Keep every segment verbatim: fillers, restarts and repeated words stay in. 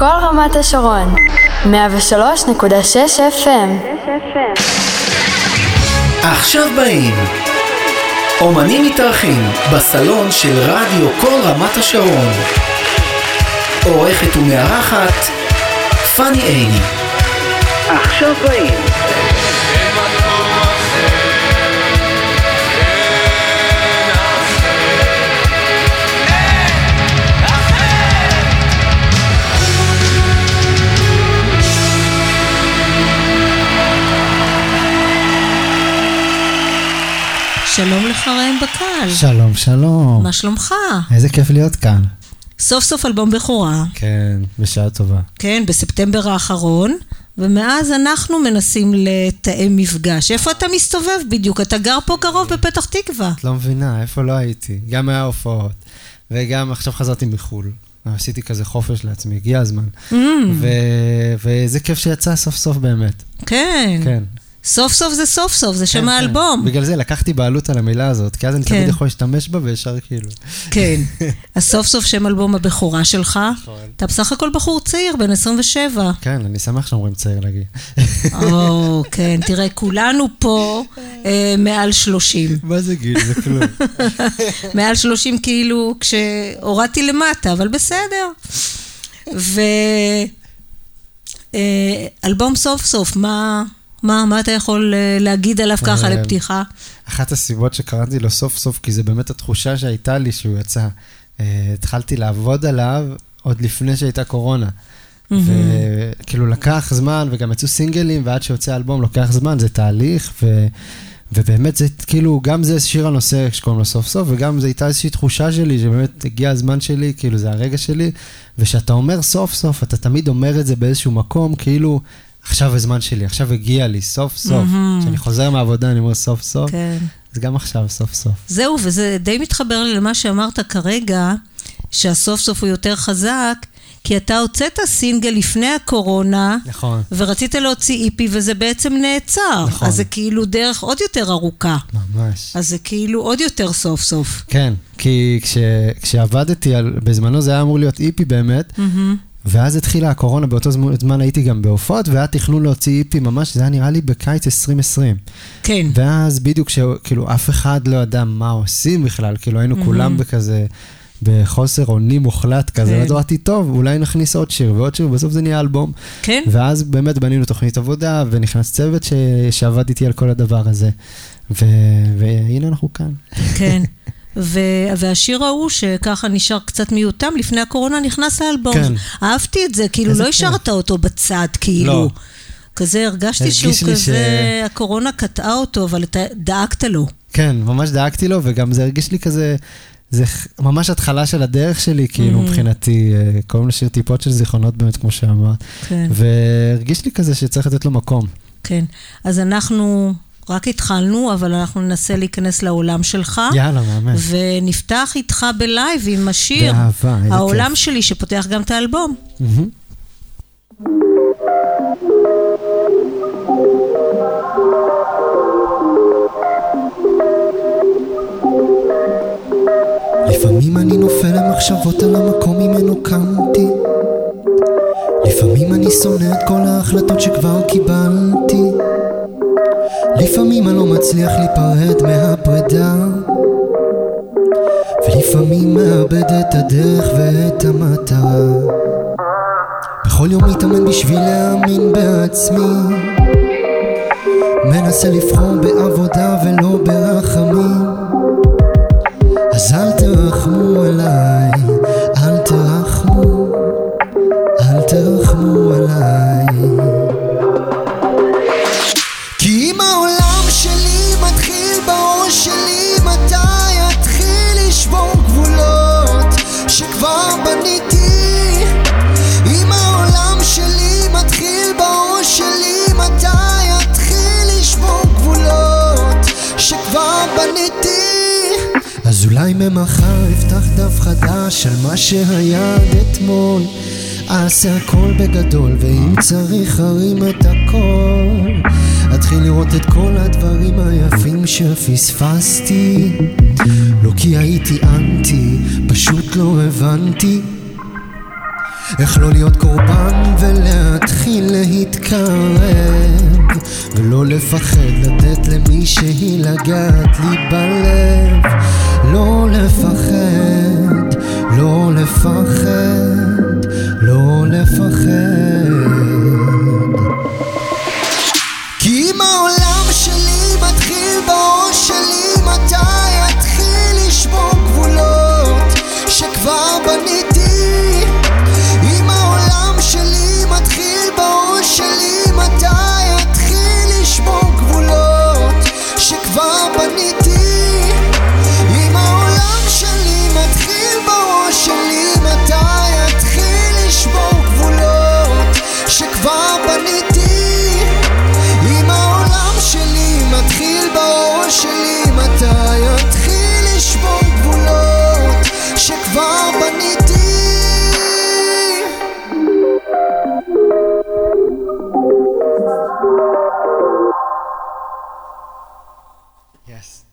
כל רמת השרון, מאה ושלוש נקודה שש אף אם. עכשיו באים אומנים מתארחים בסלון של רדיו כל רמת השרון. עורכת ומארחת פני עיני. עכשיו באים שלום לך ראם בקל. שלום, שלום. מה שלומך? איזה כיף להיות כאן. סוף סוף אלבום בכורה. כן, בשעה טובה. כן, בספטמבר האחרון, ומאז אנחנו מנסים לתאם מפגש. איפה אתה מסתובב בדיוק? אתה גר פה קרוב בפתח תקווה. את לא מבינה, איפה לא הייתי. גם היה הופעות, וגם עכשיו חזרתי מחול. עשיתי כזה חופש לעצמי, הגיע הזמן. Mm. ו... וזה כיף שיצא סוף סוף באמת. כן. כן. סוף סוף זה סוף סוף, זה כן, שם כן. האלבום. בגלל זה לקחתי בעלות על המילה הזאת, כי אז אני כן. תמיד יכול להשתמש בה וישר כאילו. כן. אז סוף סוף שם אלבום הבכורה שלך. נכון. אתה בסך הכל בחור צעיר, בן עשרים ושבע. כן, אני שמח שאומרים צעיר להגיד. או, כן, תראה, כולנו פה אה, מעל שלושים. מה זה גיל? זה כלום. מעל שלושים כאילו כשהורדתי למטה, אבל בסדר. ואלבום סוף סוף, מה... מה, מה אתה יכול להגיד עליו ככה לפתיחה? אחת הסיבות שקראתי לו סוף סוף, כי זה באמת התחושה שהייתה לי שהוא יצא. התחלתי לעבוד עליו עוד לפני שהייתה קורונה. וכאילו לקח זמן, וגם יצאו סינגלים, ועד שיוצא אלבום לוקח זמן, זה תהליך, ו... ובאמת זה כאילו, גם זה שיר הנושא שקוראים לו סוף סוף, וגם זה הייתה איזושהי תחושה שלי, שבאמת הגיע הזמן שלי, כאילו זה הרגע שלי, ושאתה אומר סוף סוף, אתה תמיד אומר את זה באיזשהו מקום, כאילו, עכשיו הזמן שלי, עכשיו הגיע לי, סוף סוף. כשאני חוזר מהעבודה, אני אומר סוף סוף. כן. אז גם עכשיו, סוף סוף. זהו, וזה די מתחבר לי למה שאמרת כרגע, שהסוף סוף הוא יותר חזק, כי אתה הוצאת סינגל לפני הקורונה, נכון. ורצית להוציא איפי, וזה בעצם נעצר. נכון. אז זה כאילו דרך עוד יותר ארוכה. ממש. אז זה כאילו עוד יותר סוף סוף. כן, כי כש, כשעבדתי, על, בזמנו זה היה אמור להיות איפי באמת, ואז התחילה הקורונה, באותו זמן הייתי גם בהופעות, והיה תכנון להוציא איפי ממש, זה היה נראה לי בקיץ עשרים עשרים. כן. ואז בדיוק שכאילו אף אחד לא ידע מה עושים בכלל, כאילו היינו כולם בכזה, בחוסר עוני מוחלט כזה, ואז אמרתי, טוב, אולי נכניס עוד שיר ועוד שיר, ובסוף זה נהיה אלבום. כן. ואז באמת בנינו תוכנית עבודה, ונכנס צוות ש... שעבד איתי על כל הדבר הזה. ו... והנה אנחנו כאן. כן. ו... והשיר ההוא שככה נשאר קצת מיותם, לפני הקורונה נכנס לאלבום. כן. אהבתי את זה, כאילו לא השארת אותו בצד, כאילו. לא. כזה הרגשתי שהוא כזה, ש... הקורונה קטעה אותו, אבל אתה דאגת לו. כן, ממש דאגתי לו, וגם זה הרגיש לי כזה... זה ממש התחלה של הדרך שלי, כאילו מבחינתי, קוראים לשיר טיפות של זיכרונות באמת, כמו שאמרת. כן. והרגיש לי כזה שצריך לתת לו מקום. כן. אז אנחנו רק התחלנו, אבל אנחנו ננסה להיכנס לעולם שלך. יאללה, מאמן. ונפתח איתך בלייב עם השיר. באהבה, איזה כיף. העולם שלי שפותח גם את האלבום. לפעמים אני נופל למחשבות על המקום ממנו קמתי, לפעמים אני שונא את כל ההחלטות שכבר קיבלתי, לפעמים אני לא מצליח להיפרד מהפרידה, ולפעמים מאבד את הדרך ואת המטרה. בכל יום מתאמן בשביל להאמין בעצמי, מנסה לבחור בעבודה ולא ברחמים, אז אל תרחמו עליי, אל תרחמו, אל תרחמו עליי. כי אם העולם שלי מתחיל בראש שלי, מתי יתחיל לשבור גבולות שכבר בניתי? אם העולם שלי מתחיל בראש שלי, מתי יתחיל לשבור גבולות שכבר בניתי? אז אולי ממחר אפתח דף חדש על מה שהיה אתמול, אעשה הכל בגדול, ואם צריך הרים את הכל, אתחיל לראות את כל הדברים היפים שפספסתי, לא כי הייתי אנטי, פשוט לא הבנתי איך לא להיות קורבן ולהתחיל להתקרב, ולא לפחד לתת למי שהיא לגעת לי בלב. לא לפחד, לא לפחד, לא לפחד. כי אם העולם שלי מתחיל בראש שלי, מתי יתחיל לשבור גבולות שכבר בניתי? אם העולם שלי מתחיל בראש שלי, מתי יתחיל לשבור גבולות שכבר בניתי? אם העולם שלי מתחיל בראש שלי, מתי יתחיל לשבור גבולות שכבר בניתי? אם העולם שלי מתחיל בראש שלי, מתי יתחיל לשבור גבולות שכבר בניתי? יס.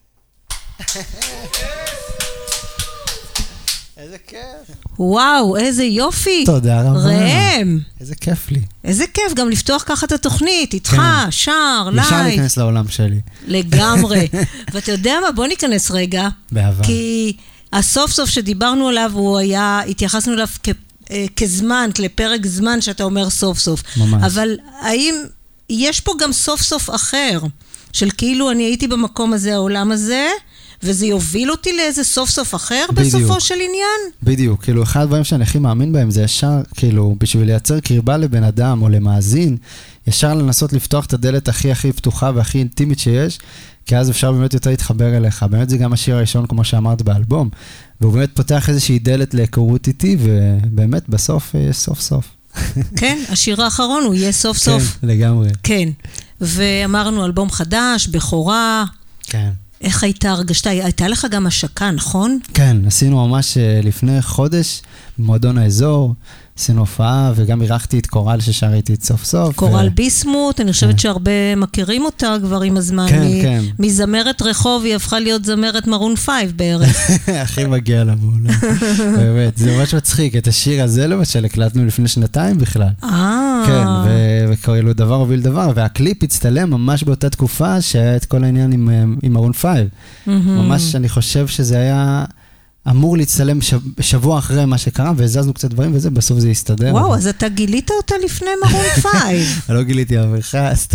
איזה כיף. וואו, איזה יופי. תודה רבה. ראם. איזה כיף לי. איזה כיף, גם לפתוח ככה את התוכנית, איתך, שר, לייב. ישר להיכנס לעולם שלי. לגמרי. ואתה יודע מה, בוא ניכנס רגע. באהבה. כי הסוף סוף שדיברנו עליו, הוא היה, התייחסנו אליו כ, כזמן, לפרק זמן שאתה אומר סוף סוף. ממש. אבל האם יש פה גם סוף סוף אחר, של כאילו אני הייתי במקום הזה, העולם הזה, וזה יוביל אותי לאיזה סוף סוף אחר בדיוק. בסופו של עניין? בדיוק, כאילו אחד הדברים שאני הכי מאמין בהם זה ישר, כאילו בשביל לייצר קרבה לבן אדם או למאזין, ישר לנסות לפתוח את הדלת הכי הכי פתוחה והכי אינטימית שיש, כי אז אפשר באמת יותר להתחבר אליך. באמת זה גם השיר הראשון כמו שאמרת באלבום, והוא באמת פותח איזושהי דלת להיכרות איתי, ובאמת בסוף יש סוף סוף. כן, השיר האחרון הוא יהיה סוף סוף. כן, לגמרי. כן, ואמרנו אלבום חדש, בכורה. כן. איך הייתה הרגשתה? הייתה לך גם השקה, נכון? כן, עשינו ממש לפני חודש במועדון האזור, עשינו הופעה, וגם אירחתי את קורל ששר איתי סוף סוף. קורל ו... ביסמוט, אני חושבת כן. שהרבה מכירים אותה כבר עם הזמן. כן, מ... כן. מזמרת רחוב, היא הפכה להיות זמרת מרון פייב בערך. הכי מגיע למעולה. באמת, זה ממש מצחיק. את השיר הזה למשל הקלטנו לפני שנתיים בכלל. אה. כן, וכאילו דבר הוביל דבר, והקליפ הצטלם ממש באותה תקופה שהיה את כל העניין עם, עם מרון פייב. ממש אני חושב שזה היה... אמור להצטלם שבוע אחרי מה שקרה, והזזנו קצת דברים, וזה בסוף זה יסתדר. וואו, אז אתה גילית אותה לפני מרון פייב. לא גיליתי אברך, סתם.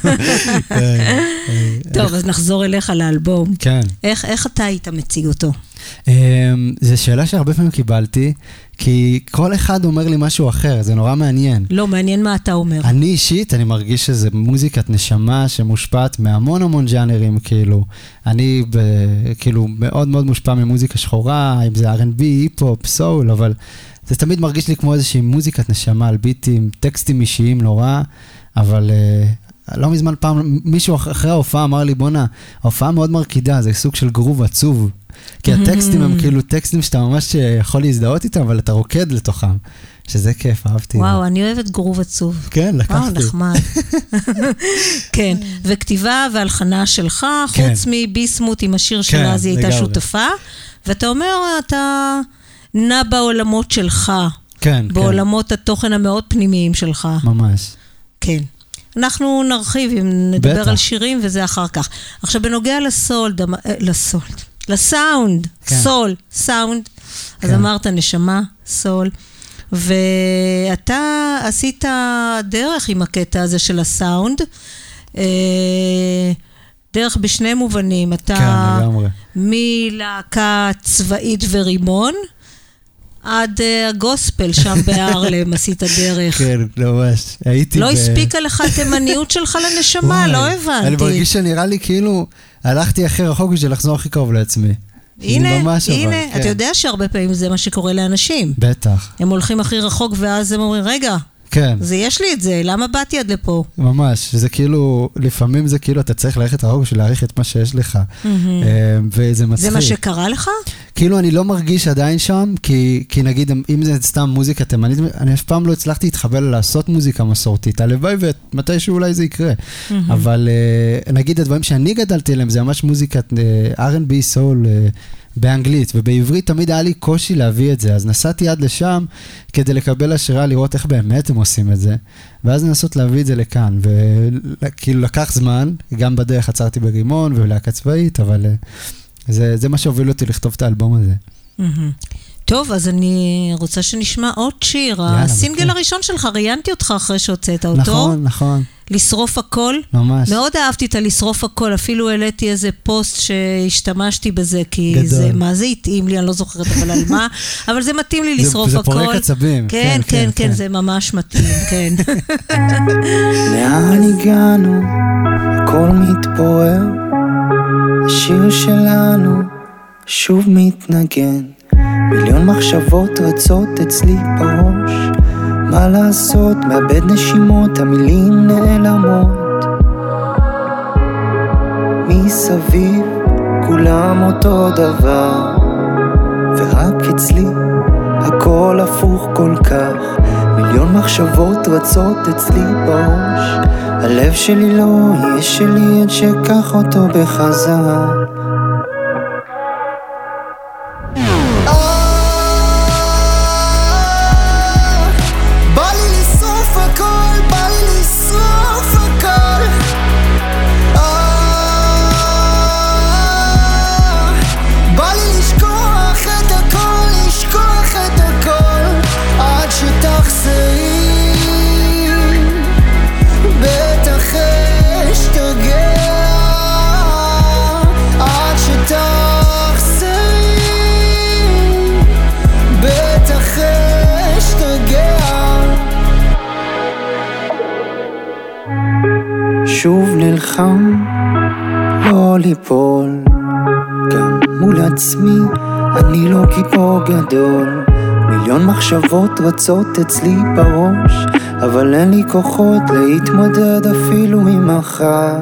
טוב, אז נחזור אליך לאלבום. כן. איך אתה היית מציג אותו? זו שאלה שהרבה פעמים קיבלתי, כי כל אחד אומר לי משהו אחר, זה נורא מעניין. לא, מעניין מה אתה אומר. אני אישית, אני מרגיש שזה מוזיקת נשמה שמושפעת מהמון המון ג'אנרים, כאילו. אני כאילו מאוד מאוד מושפע ממוזיקה שחורה, אם זה אר אנד בי, היפ-הופ, סול, אבל זה תמיד מרגיש לי כמו איזושהי מוזיקת נשמה על ביטים, טקסטים אישיים נורא, אבל... לא מזמן פעם, מישהו אחרי ההופעה אמר לי, בונה, ההופעה מאוד מרקידה, זה סוג של גרוב עצוב. כי הטקסטים הם כאילו טקסטים שאתה ממש יכול להזדהות איתם, אבל אתה רוקד לתוכם. שזה כיף, אהבתי. וואו, אני אוהבת גרוב עצוב. כן, לקחתי. וואו, נחמד. כן, וכתיבה והלחנה שלך, חוץ מביסמוט עם השיר שלה, אז היא הייתה שותפה, ואתה אומר, אתה נע בעולמות שלך. כן, כן. בעולמות התוכן המאוד פנימיים שלך. ממש. כן. אנחנו נרחיב אם נדבר על שירים וזה אחר כך. עכשיו בנוגע לסול, לסול, לסאונד, סול, סאונד, אז אמרת נשמה, סול, ואתה עשית דרך עם הקטע הזה של הסאונד, דרך בשני מובנים, אתה מלהקה צבאית ורימון, עד הגוספל שם בארלם עשית דרך. כן, ממש. הייתי... לא הספיקה לך תימניות שלך לנשמה, לא הבנתי. אני מרגיש שנראה לי כאילו, הלכתי הכי רחוק בשביל לחזור הכי קרוב לעצמי. הנה, הנה, אתה יודע שהרבה פעמים זה מה שקורה לאנשים. בטח. הם הולכים הכי רחוק ואז הם אומרים, רגע, כן. זה יש לי את זה, למה באתי עד לפה? ממש, זה כאילו, לפעמים זה כאילו, אתה צריך ללכת רחוק בשביל להעריך את מה שיש לך. וזה מצחיק. זה מה שקרה לך? כאילו, אני לא מרגיש עדיין שם, כי, כי נגיד, אם זה סתם מוזיקה תימנית, אני אף פעם לא הצלחתי להתחבר לעשות מוזיקה מסורתית. הלוואי ומתישהו אולי זה יקרה. אבל נגיד, הדברים שאני גדלתי עליהם, זה ממש מוזיקת אר אנד בי, סול, באנגלית, ובעברית תמיד היה לי קושי להביא את זה, אז נסעתי עד לשם כדי לקבל השראה, לראות איך באמת הם עושים את זה, ואז לנסות להביא את זה לכאן, וכאילו לקח זמן, גם בדרך עצרתי ברימון ולהקה צבאית, אבל זה, זה מה שהוביל אותי לכתוב את האלבום הזה. טוב, אז אני רוצה שנשמע עוד שיר. הסינגל הראשון שלך, ראיינתי אותך אחרי שהוצאת אותו. נכון, נכון. לשרוף הכל. ממש. מאוד אהבתי את הלשרוף הכל, אפילו העליתי איזה פוסט שהשתמשתי בזה, כי זה, מה זה התאים לי, אני לא זוכרת אבל על מה, אבל זה מתאים לי לשרוף זה, הכל. זה פורק עצבים. כן, כן, כן, כן, זה ממש מתאים, כן. לאן הגענו, הכל מתפורר, השיר שלנו שוב מתנגן, מיליון מחשבות רצות אצלי בראש, מה לעשות, מאבד נשימות, המילים נעלמות, מסביב כולם אותו דבר, ורק אצלי הכל הפוך כל כך, מיליון מחשבות רצות אצלי בראש, הלב שלי לא יהיה שלי עד שכח אותו בחזרה. שוב נלחם לא ליפול, גם מול עצמי אני לא גיבור גדול, מיליון מחשבות רצות אצלי בראש, אבל אין לי כוחות להתמודד אפילו עם מחר.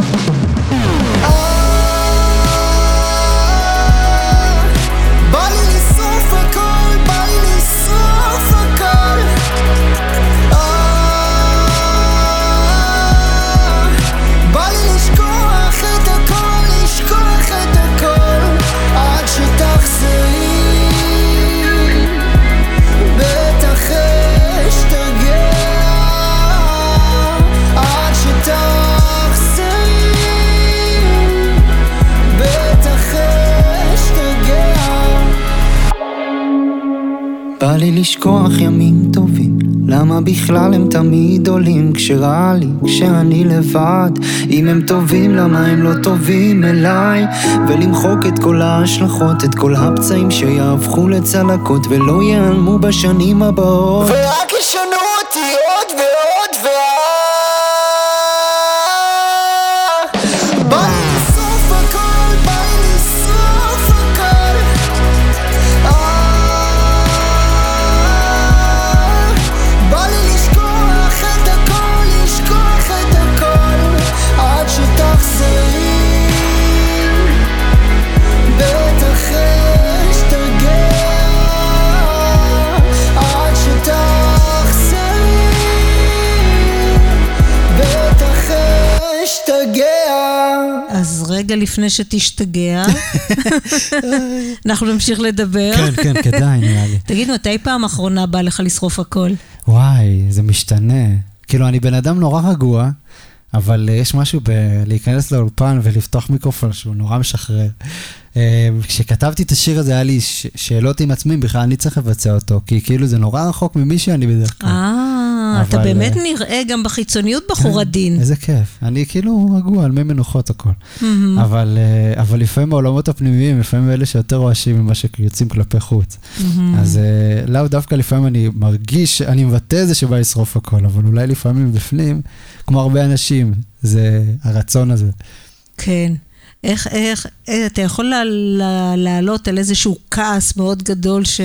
בא לי לשכוח ימים טובים, למה בכלל הם תמיד עולים כשרע לי, כשאני לבד, אם הם טובים למה הם לא טובים אליי, ולמחוק את כל ההשלכות, את כל הפצעים שיהפכו לצלקות ולא ייעלמו בשנים הבאות, ורק ישנו אותי עוד ועוד ועוד. אז רגע לפני שתשתגע, אנחנו נמשיך לדבר. כן, כן, כדאי, נראה לי. תגיד, מתי פעם האחרונה בא לך לשרוף הכל? וואי, זה משתנה. כאילו, אני בן אדם נורא רגוע, אבל יש משהו בלהיכנס לאולפן ולפתוח מיקרופון שהוא נורא משחרר. כשכתבתי את השיר הזה, היה לי שאלות עם עצמי, בכלל אני צריך לבצע אותו, כי כאילו זה נורא רחוק ממי שאני בדרך כלל. אה, אתה באמת נראה גם בחיצוניות בחור עדין. איזה כיף. אני כאילו רגוע, על מי מנוחות הכל. אבל לפעמים העולמות הפנימיים, לפעמים אלה שיותר רועשים ממה שיוצאים כלפי חוץ. אז לאו דווקא לפעמים אני מרגיש, אני מבטא זה שבא לשרוף הכל, אבל אולי לפעמים בפנים, כמו הרבה אנשים, זה הרצון הזה. כן. איך, איך, אתה יכול לעלות על איזשהו כעס מאוד גדול ש...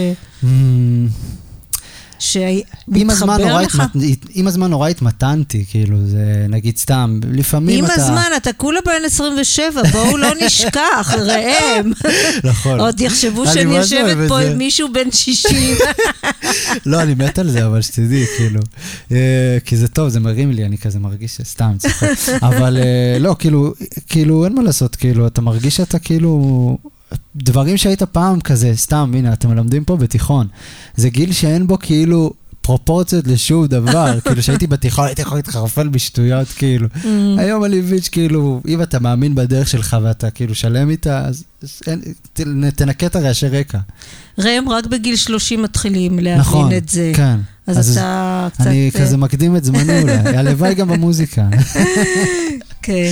שמתחבר לך? עם הזמן נורא התמתנתי, כאילו, זה נגיד סתם, לפעמים אתה... עם הזמן, אתה כולה בן עשרים ושבע, בואו לא נשכח, ראם. נכון. עוד יחשבו שאני יושבת פה עם מישהו בן שישים. לא, אני מת על זה, אבל שתדעי, כאילו. כי זה טוב, זה מרים לי, אני כזה מרגיש שסתם צוחק. אבל לא, כאילו, כאילו, אין מה לעשות, כאילו, אתה מרגיש שאתה כאילו... דברים שהיית פעם כזה, סתם, הנה, אתם מלמדים פה בתיכון. זה גיל שאין בו כאילו פרופורציות לשום דבר, כאילו שהייתי בתיכון, הייתי יכול להתחרפל בשטויות, כאילו. היום אני מבין שכאילו, אם אתה מאמין בדרך שלך ואתה כאילו שלם איתה, אז תנקה את הרעשי רקע. ראם, רק בגיל שלושים מתחילים להבין את זה. נכון, כן. אז אתה קצת... אני כזה מקדים את זמני אולי, הלוואי גם במוזיקה. כן.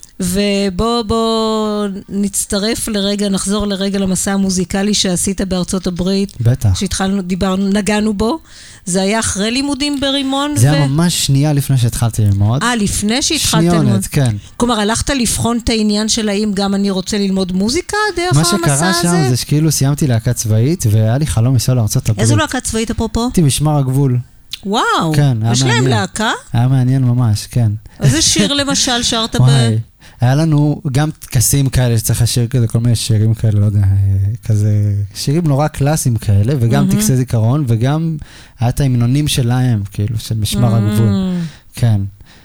ובוא בוא נצטרף לרגע, נחזור לרגע למסע המוזיקלי שעשית בארצות הברית. בטח. שהתחלנו, דיברנו, נגענו בו. זה היה אחרי לימודים ברימון? זה ו... היה ממש שנייה לפני שהתחלתי ללמוד. אה, לפני שהתחלת ללמוד? שניונת, כן. כלומר, הלכת לבחון את העניין של האם גם אני רוצה ללמוד מוזיקה דרך המסע הזה? מה שקרה שם זה שכאילו סיימתי להקה צבאית, והיה לי חלום לנסוע לארצות הברית. איזו להקה צבאית אפרופו? הייתי משמר הגבול. וואו, כן, יש להם להקה? היה מעניין ממש, כן. איזה שיר למשל שרת ב... היה לנו גם טקסים כאלה שצריך לשיר כזה, כל מיני שירים כאלה, לא יודע, כזה, שירים נורא קלאסיים כאלה, וגם mm-hmm. טקסי זיכרון, וגם היה את ההמנונים שלהם, כאילו, של משמר mm-hmm. הגבול. כן.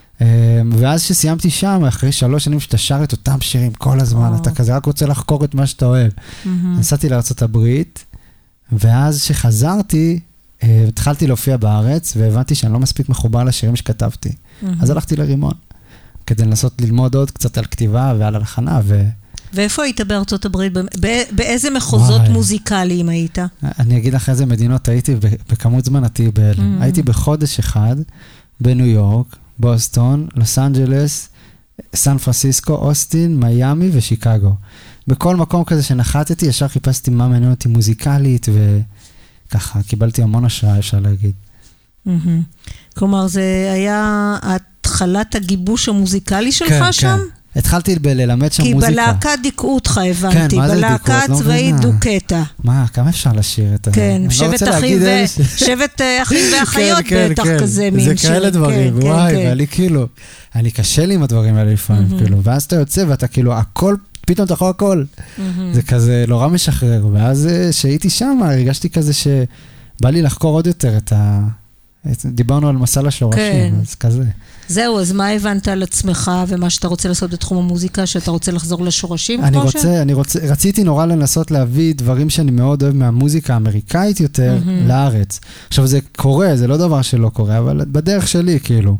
ואז שסיימתי שם, אחרי שלוש שנים שאתה שר את אותם שירים כל הזמן, oh. אתה כזה רק רוצה לחקור את מה שאתה אוהב. Mm-hmm. נסעתי לארצות הברית, ואז שחזרתי, התחלתי להופיע בארץ, והבנתי שאני לא מספיק מחובר לשירים שכתבתי. Mm-hmm. אז הלכתי לרימון. כדי לנסות ללמוד עוד קצת על כתיבה ועל הלחנה. ו... ואיפה היית בארצות הברית? באיזה מחוזות וואי. מוזיקליים היית? אני אגיד לך איזה מדינות הייתי בכמות זמן עתי בהלם. Mm. הייתי בחודש אחד בניו יורק, בוסטון, לוס אנג'לס, סן פרנסיסקו, אוסטין, מיימי ושיקגו. בכל מקום כזה שנחתתי, ישר חיפשתי מה מעניין אותי מוזיקלית, וככה קיבלתי המון השראה, אפשר להגיד. Mm-hmm. כלומר, זה היה... התחלת הגיבוש המוזיקלי שלך כן, שם? כן. התחלתי ללמד שם כי מוזיקה. כי בלהקה דיכאו אותך, הבנתי. כן, מה זה דיכאו? בלהקה הצבאית לא דוקטה. מה, כמה אפשר לשיר את זה? כן, שבט לא אחים ו... שבט אחים ואחיות כן, בטח כן, כזה כן. מין שיר. זה כאלה דברים, כן, וואי, כן, ואני כאילו, אני קשה לי עם הדברים האלה לפעמים, mm-hmm. כאילו, ואז אתה יוצא ואתה כאילו, הכל, פתאום אתה יכול הכל. Mm-hmm. זה כזה נורא משחרר, ואז שהייתי שם, הרגשתי כזה שבא לי לחקור עוד יותר את ה... דיברנו על מסע לשורשים, כן. אז כזה. זהו, אז מה הבנת על עצמך ומה שאתה רוצה לעשות בתחום המוזיקה, שאתה רוצה לחזור לשורשים? אני רוצה, ש... אני רוצה, רציתי נורא לנסות להביא דברים שאני מאוד אוהב מהמוזיקה האמריקאית יותר mm-hmm. לארץ. עכשיו זה קורה, זה לא דבר שלא קורה, אבל בדרך שלי כאילו,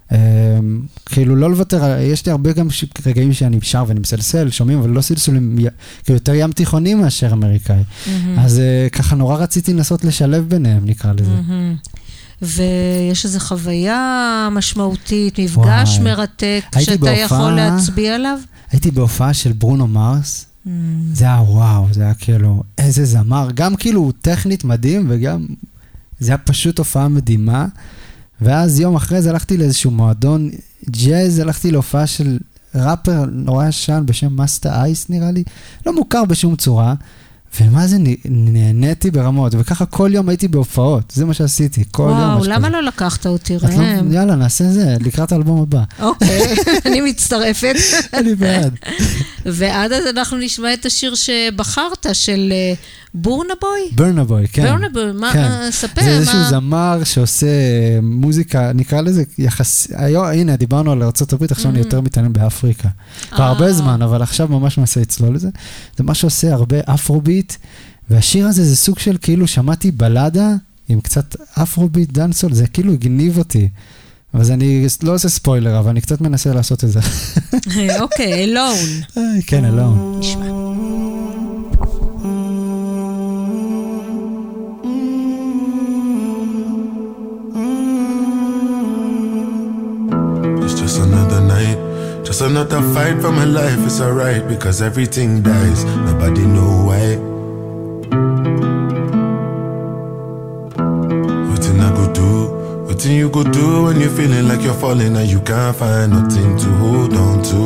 כאילו לא לוותר, יש לי הרבה גם רגעים שאני שר ואני מסלסל, שומעים, אבל לא סלסולים, כאילו יותר ים תיכונים מאשר אמריקאי. Mm-hmm. אז ככה נורא רציתי לנסות לשלב ביניהם, נקרא לזה. Mm-hmm. ויש איזו חוויה משמעותית, מפגש וואי. מרתק, שאתה בהופעה, יכול להצביע עליו? הייתי בהופעה של ברונו מרס, mm. זה היה וואו, זה היה כאילו, איזה זמר, גם כאילו טכנית מדהים, וגם זה היה פשוט הופעה מדהימה, ואז יום אחרי זה הלכתי לאיזשהו מועדון ג'אז, הלכתי להופעה של ראפר נורא ישן בשם מאסטה אייס נראה לי, לא מוכר בשום צורה, ומה זה, נהניתי ברמות, וככה כל יום הייתי בהופעות, זה מה שעשיתי, כל יום. וואו, למה לא לקחת אותי, ראם? יאללה, נעשה זה, לקראת האלבום הבא. אוקיי, אני מצטרפת. אני בעד. ועד אז אנחנו נשמע את השיר שבחרת, של בורנה בוי? בורנה בוי, כן. בורנה בוי, מה, ספר, זה איזשהו זמר שעושה מוזיקה, נקרא לזה יחס, הנה, דיברנו על ארצות הברית, עכשיו אני יותר מתעניין באפריקה. כבר הרבה זמן, אבל עכשיו ממש מנסה לצלול לזה. זה מה שעושה הרבה אפרוביט, והשיר הזה זה סוג של כאילו שמעתי בלדה עם קצת אפרוביט דנסול, זה כאילו הגניב אותי. אז אני לא עושה ספוילר, אבל אני קצת מנסה לעשות את זה. אוקיי, Alone. כן, Alone. נשמע. It's just another night. Just another fight for my life, it's alright, because everything dies, nobody know why. Nothing I go do, nothing you go do when you're feeling like you're falling and you can't find nothing to hold on to.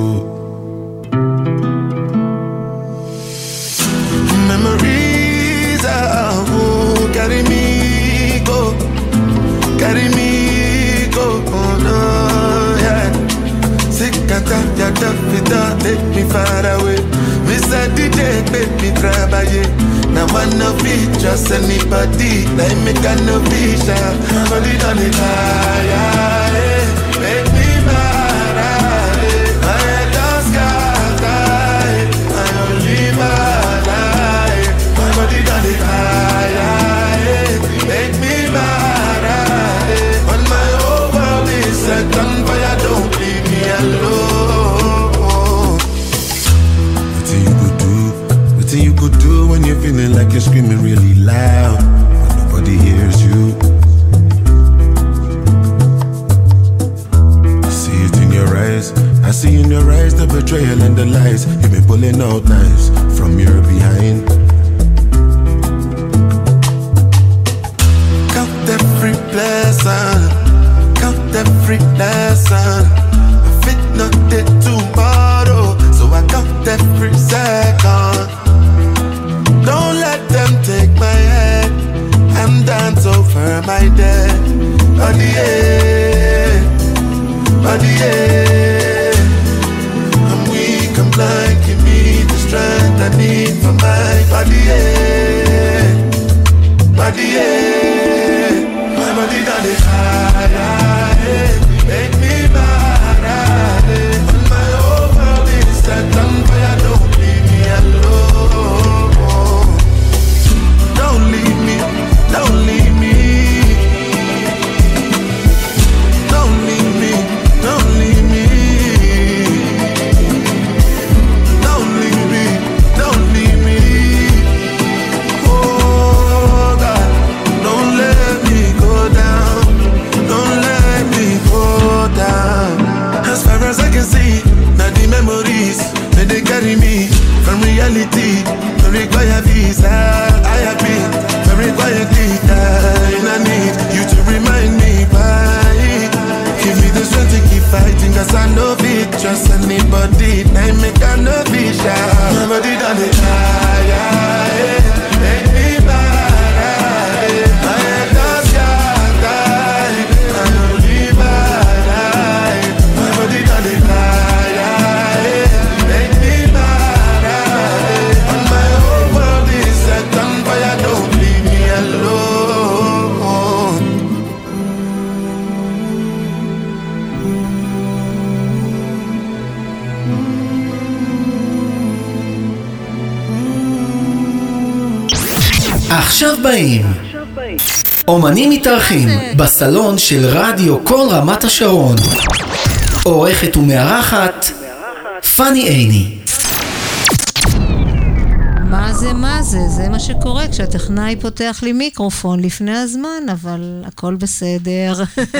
Memories are who carry me go, carry me go, oh no, yeah. Sikata, yata, fita, take me far away. Mister D J, make me travailler. Now I no fit just anybody. Like me can no vision. Hold it on it high, make me mad. I head on sky, I only mad. your eyes, the betrayal and the lies. You've been pulling out knives from your behind. Count every blessing, count every lesson. If it not dead tomorrow, so I count every second. Don't let them take my head and dance over my dead. Body, yeah, body, yeah. I'm weak, I'm blind, give me the strength I need for my body, yeah, body, yeah. My body done it high, make me mad, yeah. And my whole world is set on fire, don't leave me alone. Don't leave me, don't leave me. Don't leave me, don't leave me. Don't leave me, don't leave me. Oh God, don't let me go down. Don't let me go down. As far as I can see, now the memories that they carry me from reality. Don't require visa, I have been very quietly dying. I need you to remind me why. Give me the strength to keep fighting, cause I know it. Trust anybody, I make I know it shy. Nobody done it higher, make me mad. My head does scatter, I know live I. Nobody done it higher, make me mad. And my whole world is set on fire, don't leave me alone. עכשיו באים אומנים מתארחים בסלון של רדיו כל רמת השרון. עורכת ומארחת פני עיני. מה זה, מה זה? זה מה שקורה כשהטכנאי פותח לי מיקרופון לפני הזמן, אבל הכל בסדר.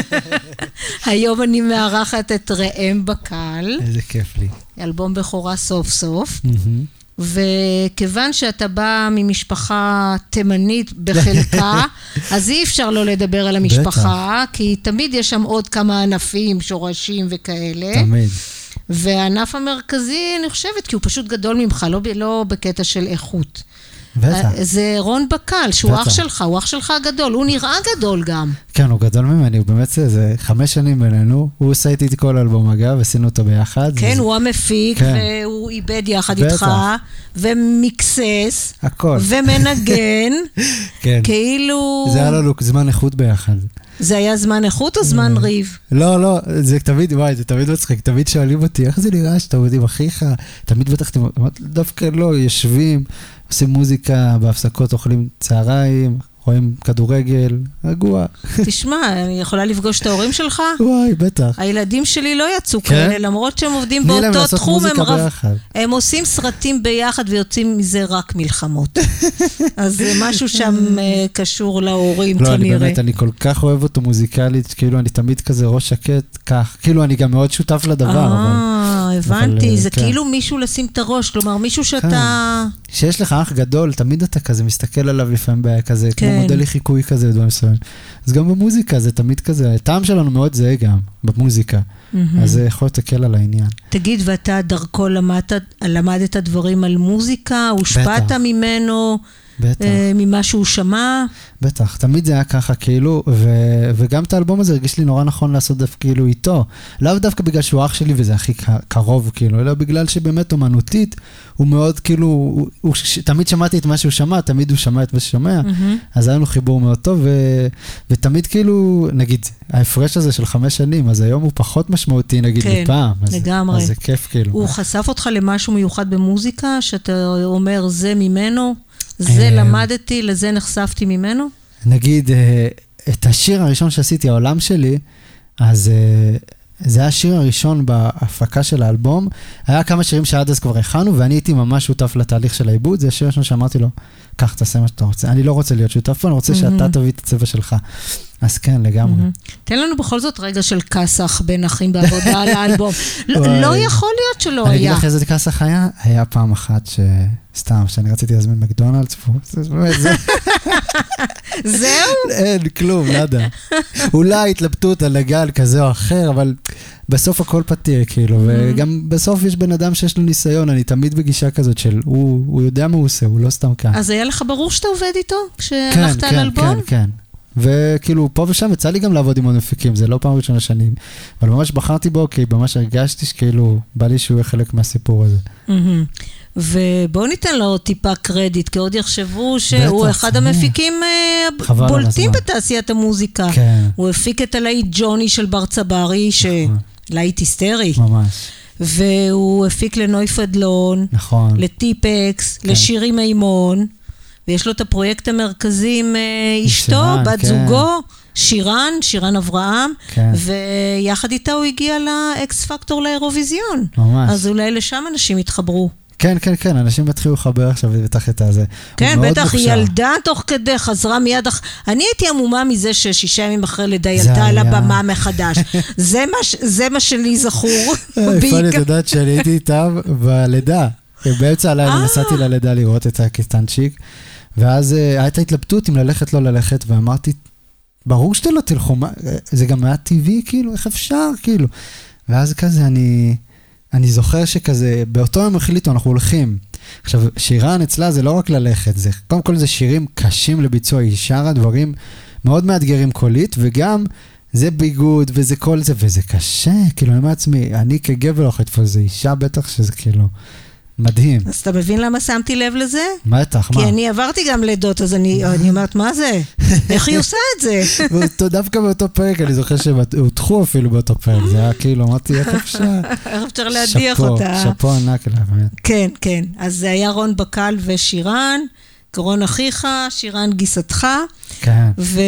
היום אני מארחת את ראם בקל. איזה כיף לי. אלבום בכורה סוף סוף. וכיוון שאתה בא ממשפחה תימנית בחלקה, אז אי אפשר לא לדבר על המשפחה, כי תמיד יש שם עוד כמה ענפים, שורשים וכאלה. תמיד. והענף המרכזי, אני חושבת, כי הוא פשוט גדול ממך, לא, לא בקטע של איכות. בטח. זה רון בקל, שהוא בטח. אח שלך, הוא אח שלך גדול, הוא נראה גדול גם. כן, הוא גדול ממני, הוא באמת זה, זה חמש שנים בינינו, הוא עושה איתי את כל אלבום אגב, עשינו אותו ביחד. כן, זה... הוא המפיק, כן. והוא איבד יחד בטח. איתך, ומקסס, הכל. ומנגן, כן. כאילו... זה היה לנו זמן איכות ביחד. זה היה זמן איכות או זמן ריב? לא, לא, זה תמיד, וואי, זה תמיד מצחיק, תמיד שואלים אותי, איך זה נראה שאתה עובד עם אחיך? תמיד בטח, דווקא לא, יושבים, עושים מוזיקה, בהפסקות אוכלים צהריים, רואים כדורגל, רגוע. תשמע, אני יכולה לפגוש את ההורים שלך? וואי, בטח. הילדים שלי לא יצאו כאלה, למרות שהם עובדים באותו תחום, הם עושים סרטים ביחד ויוצאים מזה רק מלחמות. אז זה משהו שם קשור להורים כנראה. לא, אני באמת, אני כל כך אוהב אותו מוזיקלית, כאילו אני תמיד כזה ראש שקט, כך, כאילו אני גם מאוד שותף לדבר. אה, הבנתי, זה כאילו מישהו לשים את הראש, כלומר מישהו שאתה... שיש לך אח גדול, תמיד אתה כזה מסתכל עליו לפעמים כזה, כמו מודל לחיקוי כזה, דברים מסוימים. אז גם במוזיקה זה תמיד כזה, הטעם שלנו מאוד זהה גם, במוזיקה. אז זה יכול לתקל על העניין. תגיד, ואתה דרכו למדת דברים על מוזיקה, הושפעת ממנו, ממה שהוא שמע? בטח, תמיד זה היה ככה כאילו, וגם את האלבום הזה הרגיש לי נורא נכון לעשות דווקא כאילו איתו. לאו דווקא בגלל שהוא אח שלי וזה הכי קרוב כאילו, אלא בגלל שבאמת אומנותית, הוא מאוד כאילו, תמיד שמעתי את מה שהוא שמע, תמיד הוא שמע את מה ששומע, אז היה לנו חיבור מאוד טוב, ותמיד כאילו, נגיד, ההפרש הזה של חמש שנים, אז היום הוא פחות משמעותי נגיד מפעם. לגמרי. אז זה כיף כאילו. הוא חשף אותך למשהו מיוחד במוזיקה, שאתה אומר זה ממנו? זה למדתי, לזה נחשפתי ממנו? נגיד, את השיר הראשון שעשיתי, העולם שלי, אז זה היה השיר הראשון בהפקה של האלבום, היה כמה שירים שעד אז כבר הכנו, ואני הייתי ממש שותף לתהליך של העיבוד, זה השיר הראשון שאמרתי לו, קח, תעשה מה שאתה רוצה, אני לא רוצה להיות שותף פה, אני רוצה שאתה תביא את הצבע שלך. אז כן, לגמרי. תן לנו בכל זאת רגע של כסח בין אחים בעבודה על האלבום. לא יכול להיות שלא היה. אני אגיד לך איזה כסח היה, היה פעם אחת ש... סתם, שאני רציתי להזמין מקדונלדס פה. זהו? אין, כלום, לא יודע. אולי התלבטות על לגל כזה או אחר, אבל בסוף הכל פתיר, כאילו, וגם בסוף יש בן אדם שיש לו ניסיון, אני תמיד בגישה כזאת של, הוא יודע מה הוא עושה, הוא לא סתם כאן. אז היה לך ברור שאתה עובד איתו, כשהלכת על אלבום? כן, כן, כן. וכאילו, פה ושם יצא לי גם לעבוד עם עוד מפיקים, זה לא פעם ראשונה שנים, אבל ממש בחרתי בו, כי ממש הרגשתי שכאילו, בא לי שהוא יהיה חלק מהסיפור הזה. ובואו ניתן לו טיפה קרדיט, כי עוד יחשבו שהוא אחד המפיקים בולטים בתעשיית המוזיקה. הוא הפיק את הלהיט ג'וני של בר צברי, שלהיט היסטרי. ממש. והוא הפיק לנוי פדלון, לטיפקס, לשירי מימון, ויש לו את הפרויקט המרכזי עם אשתו, בת זוגו, שירן, שירן אברהם, ויחד איתה הוא הגיע לאקס פקטור לאירוויזיון. ממש. אז אולי לשם אנשים התחברו. כן, כן, כן, אנשים התחילו לחבר עכשיו בטח את הזה. כן, בטח היא ילדה תוך כדי, חזרה מיד, אני הייתי עמומה מזה ששישה ימים אחרי לידה ילדה על הבמה מחדש. זה מה שלי זכור. פני, את יודעת שאני הייתי איתה בלידה. באמצע הלילה נסעתי ללידה לראות את הקטנצ'יק, ואז הייתה התלבטות אם ללכת לא ללכת, ואמרתי, ברור שאתה לא תלכו, זה גם היה טבעי, כאילו, איך אפשר, כאילו. ואז כזה אני... אני זוכר שכזה, באותו יום החליטו, אנחנו הולכים. עכשיו, שירן אצלה זה לא רק ללכת, זה, קודם כל זה שירים קשים לביצוע, היא שרה דברים מאוד מאתגרים קולית, וגם זה ביגוד, וזה כל זה, וזה קשה, כאילו, אני מעצמי, אני כגבר לא חייבת פה, זה אישה בטח שזה כאילו מדהים. אז אתה מבין למה שמתי לב לזה? בטח, מה? כי אני עברתי גם לידות, אז אני אומרת, מה זה? איך היא עושה את זה? דווקא באותו פרק, אני זוכר שהותחו אפילו באותו פרק, זה היה כאילו, אמרתי, איך אפשר? איך אפשר להדיח אותה? שפו ענק לה, באמת. כן, כן. אז זה היה רון בקל ושירן, רון אחיך, שירן גיסתך. כן. ו...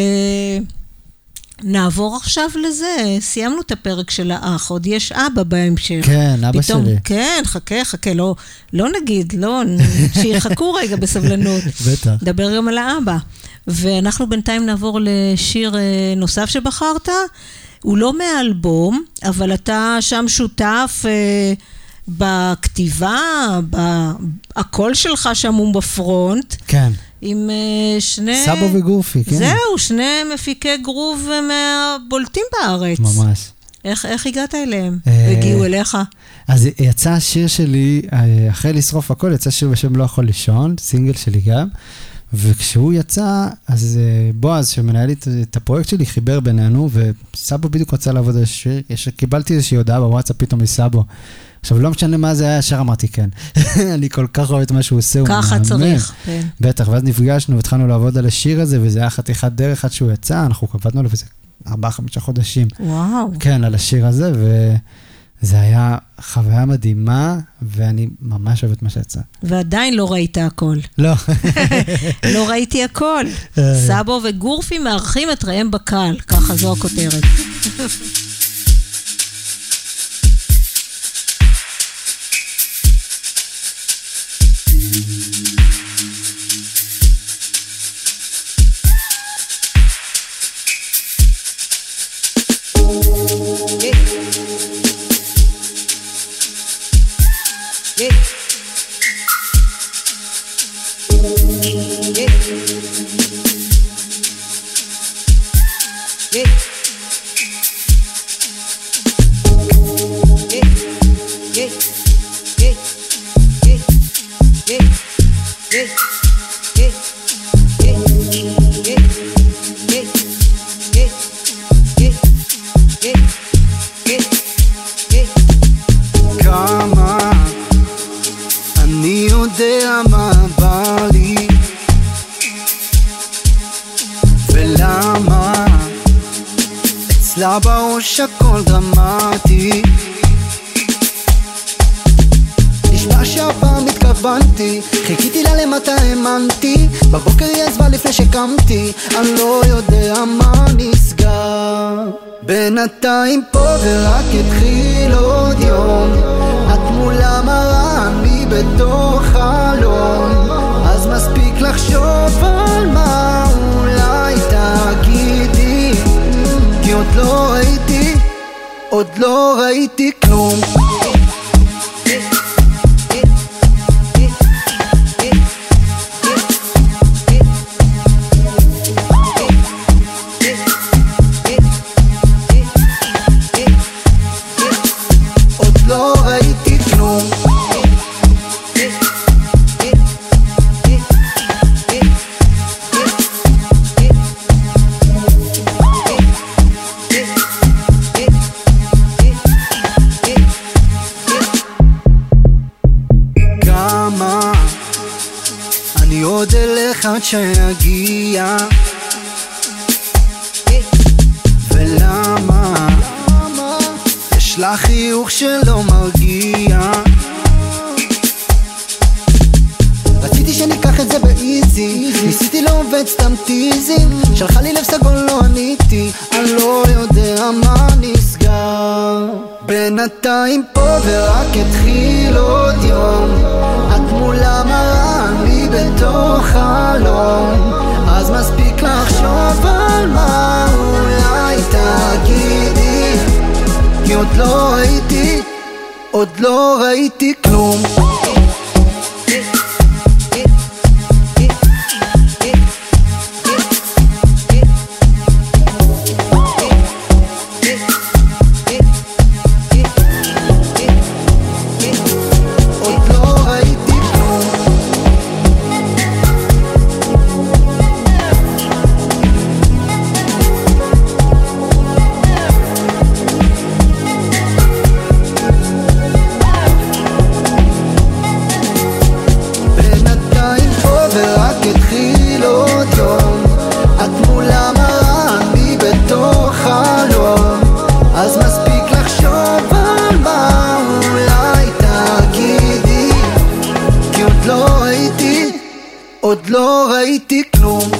נעבור עכשיו לזה, סיימנו את הפרק של האח, עוד יש אבא בהמשך. כן, אבא פתאום, שלי. כן, חכה, חכה, לא, לא נגיד, לא, שיחכו רגע בסבלנות. בטח. דבר גם על האבא. ואנחנו בינתיים נעבור לשיר נוסף שבחרת, הוא לא מהאלבום, אבל אתה שם שותף אה, בכתיבה, הקול שלך שם הוא בפרונט. כן. עם uh, שני... סבו וגורפי, כן. זהו, שני מפיקי גרוב מהבולטים בארץ. ממש. איך, איך הגעת אליהם? הגיעו אליך? אז יצא השיר שלי, אחרי לשרוף הכל, יצא שיר בשם לא יכול לישון, סינגל שלי גם, וכשהוא יצא, אז בועז, שמנהל את הפרויקט שלי, חיבר בינינו, וסבו בדיוק רצה לעבוד על השיר, קיבלתי איזושהי הודעה בוואטסאפ פתאום מסבו, עכשיו, לא משנה מה זה היה, ישר אמרתי כן. אני כל כך אוהב את מה שהוא עושה, הוא מאמן. ככה צריך, כן. בטח, ואז נפגשנו והתחלנו לעבוד על השיר הזה, וזה היה חתיכת דרך עד שהוא יצא, אנחנו קבדנו לו וזה ארבעה, חמישה חודשים. וואו. כן, על השיר הזה, וזה היה חוויה מדהימה, ואני ממש אוהב את מה שיצא. ועדיין לא ראית הכל. לא. לא ראיתי הכל. סבו וגורפי מארחים את ראם בקל, ככה זו הכותרת. בראש הכל דרמטי, נשמע שהפעם התכוונתי, חיכיתי לה למטה האמנתי, בבוקר היא עזבה לפני שקמתי, אני לא יודע מה נסגר בינתיים פה ורק התחיל עוד יום, את מול המראה, אני בתוך חלום, אז מספיק לחשוב על מה אולי תגידי, כי עוד לא ראיתי, עוד לא ראיתי כלום. עד שיגיע ולמה יש לך חיוך שלא מרגיע, רציתי שניקח את זה באיזי, ניסיתי לא עובד סתם טיזים, שלחה לי לב סגול לא עניתי, אני לא יודע מה נסגר. בינתיים פה ורק התחיל עוד יום, את מול המראה, אני בתוך חלום, אז מספיק לחשוב על מה אולי תגידי, כי עוד לא ראיתי, עוד לא ראיתי כלום. עוד לא ראיתי כלום.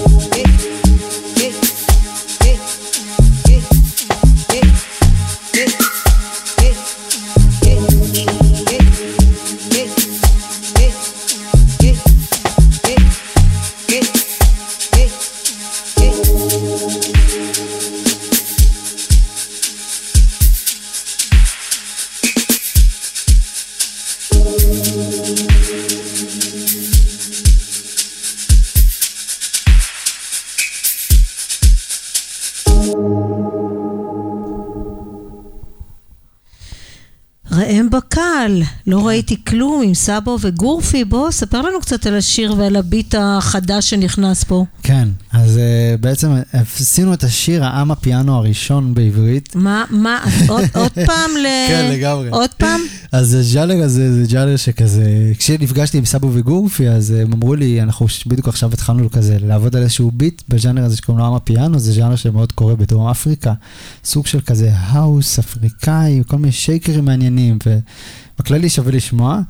ראם בקל, לא ראיתי כלום עם סבו וגורפי. בוא, ספר לנו קצת על השיר ועל הביט החדש שנכנס פה. כן, אז בעצם עשינו את השיר העם הפיאנו הראשון בעברית. מה, מה, עוד, עוד פעם ל... כן, לגמרי. עוד פעם? אז הג'אנר הזה, זה ג'אנר שכזה, כשנפגשתי עם סבו וגורפי, אז הם אמרו לי, אנחנו בדיוק עכשיו התחלנו כזה לעבוד על איזשהו ביט בג'אנר הזה שקוראים לו העם הפיאנו, זה ג'אנר שמאוד קורה בדרום אפריקה, סוג של כזה האוס אפריקאי, כל מיני שייקרים מעניינים, ובכללי שווה לשמוע.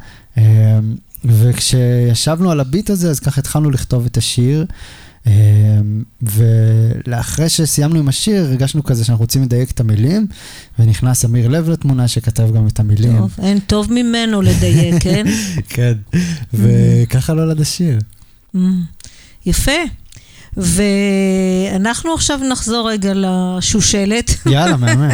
וכשישבנו על הביט הזה, אז ככה התחלנו לכתוב את השיר, ולאחרי שסיימנו עם השיר, הרגשנו כזה שאנחנו רוצים לדייק את המילים, ונכנס אמיר לב לתמונה שכתב גם את המילים. טוב, אין טוב ממנו לדייק, כן? כן, וככה לא לד השיר. יפה. ואנחנו עכשיו נחזור רגע לשושלת. יאללה, מאמן.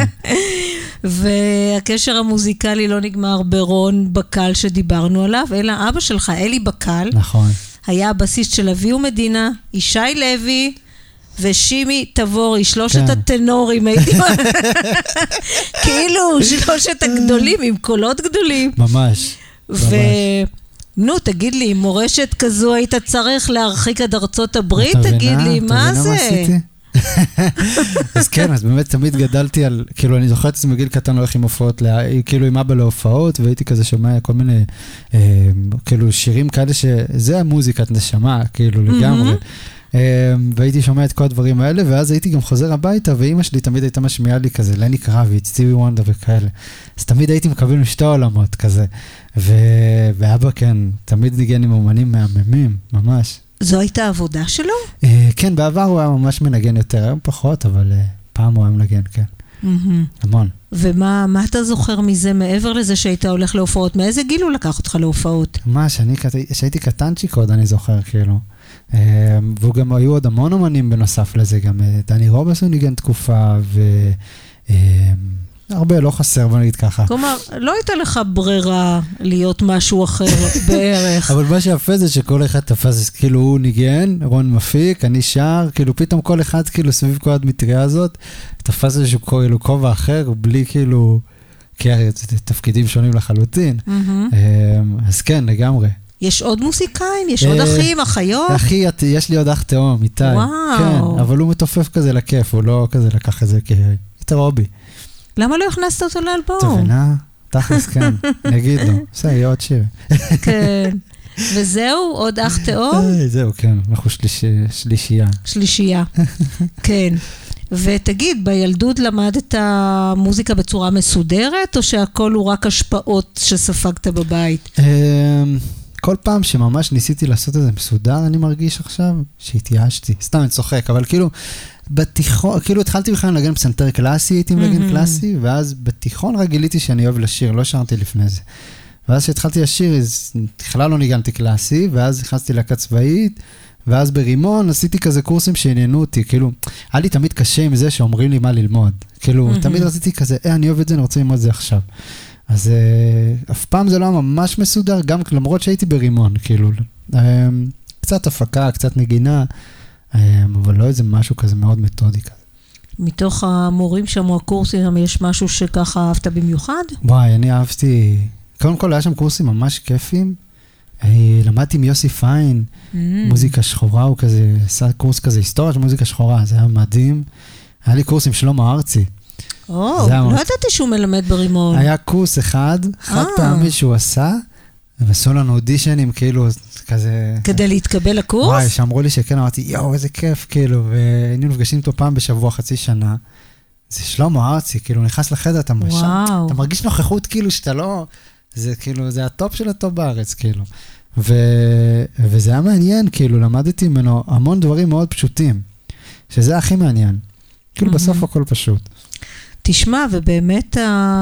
והקשר המוזיקלי לא נגמר ברון בקל שדיברנו עליו, אלא אבא שלך, אלי בקל. נכון. היה הבסיסט של אבי ומדינה, ישי לוי ושימי תבורי, שלושת כן. הטנורים, הייתי כאילו שלושת הגדולים עם קולות גדולים. ממש. ו... נו, תגיד לי, עם מורשת כזו היית צריך להרחיק עד ארצות הברית? תגיד לי, מה זה? אז כן, אז באמת תמיד גדלתי על, כאילו אני זוכרת את זה מגיל קטן הולך עם הופעות, כאילו עם אבא להופעות, והייתי כזה שומע כל מיני, כאילו שירים כאלה שזה המוזיקת נשמה, כאילו לגמרי. והייתי שומע את כל הדברים האלה, ואז הייתי גם חוזר הביתה, ואימא שלי תמיד הייתה משמיעה לי כזה, לני קרביץ, סטיבי וונדר וכאלה. אז תמיד הייתי מקבל משתי עולמות כזה. ואבא כן, תמיד ניגן עם אומנים מהממים, ממש. זו הייתה העבודה שלו? כן, בעבר הוא היה ממש מנגן יותר, היום פחות, אבל פעם הוא היה מנגן, כן. המון. ומה מה אתה זוכר מזה מעבר לזה שהיית הולך להופעות? מאיזה גיל הוא לקח אותך להופעות? מה, שהייתי קטנצ'יק עוד אני זוכר כאילו. והוא גם היו עוד המון אומנים בנוסף לזה, גם דני רובסון ניגן תקופה, והרבה לא חסר, בוא נגיד ככה. כלומר, לא הייתה לך ברירה להיות משהו אחר בערך. אבל מה שיפה זה שכל אחד תפס, כאילו הוא ניגן, רון מפיק, אני שר, כאילו פתאום כל אחד כאילו סביב כל המטריה הזאת, תפס איזשהו כאילו כובע אחר, בלי כאילו, כי תפקידים שונים לחלוטין. אז כן, לגמרי. יש עוד מוסיקאים? יש עוד אחים, אחיות? אחי, יש לי עוד אח תאום, איתי. וואו. כן, אבל הוא מתופף כזה לכיף, הוא לא כזה לקח את זה כיותר הובי. למה לא הכנסת אותו לאלבום? טוב, אינה, תכלס, כן, נגיד לו. בסדר, יהיה עוד שיר. כן. וזהו, עוד אח תאום? זהו, כן, אנחנו שלישייה. שלישייה, כן. ותגיד, בילדות למדת מוזיקה בצורה מסודרת, או שהכל הוא רק השפעות שספגת בבית? כל פעם שממש ניסיתי לעשות את זה מסודר, אני מרגיש עכשיו שהתייאשתי. סתם, אני צוחק, אבל כאילו, בתיכון, כאילו התחלתי בכלל לנגן פסנתר קלאסי, הייתי מנגן קלאסי, ואז בתיכון רק גיליתי שאני אוהב לשיר, לא שרתי לפני זה. ואז כשהתחלתי לשיר, בכלל לא ניגנתי קלאסי, ואז נכנסתי להקה צבאית, ואז ברימון עשיתי כזה קורסים שעניינו אותי, כאילו, היה לי תמיד קשה עם זה שאומרים לי מה ללמוד. כאילו, תמיד רציתי כזה, אה, אני אוהב את זה, אני רוצה ללמוד את זה עכשיו. אז אף פעם זה לא ממש מסודר, גם למרות שהייתי ברימון, כאילו, קצת הפקה, קצת נגינה, אבל לא איזה משהו כזה מאוד מתודי כזה. מתוך המורים שמו הקורסים, יש משהו שככה אהבת במיוחד? וואי, אני אהבתי, קודם כל היה שם קורסים ממש כיפים, למדתי עם יוסי פיין, מוזיקה שחורה, הוא כזה, עשה קורס כזה היסטוריה של מוזיקה שחורה, זה היה מדהים, היה לי קורס עם שלמה ארצי, או, לא ידעתי שהוא מלמד ברימון. היה קורס אחד, חד פעמי שהוא עשה, ועשו לנו אודישנים, כאילו, כזה... כדי להתקבל לקורס? וואי, שאמרו לי שכן, אמרתי, יואו, איזה כיף, כאילו, והיינו נפגשים איתו פעם בשבוע, חצי שנה. זה שלמה ארצי, כאילו, נכנס לחדר, אתה וואו. אתה מרגיש נוכחות, כאילו, שאתה לא... זה כאילו, זה הטופ של הטופ בארץ, כאילו. ו... וזה היה מעניין, כאילו, למדתי ממנו המון דברים מאוד פשוטים, שזה הכי מעניין. כאילו, בסוף הכל פשוט. תשמע, ובאמת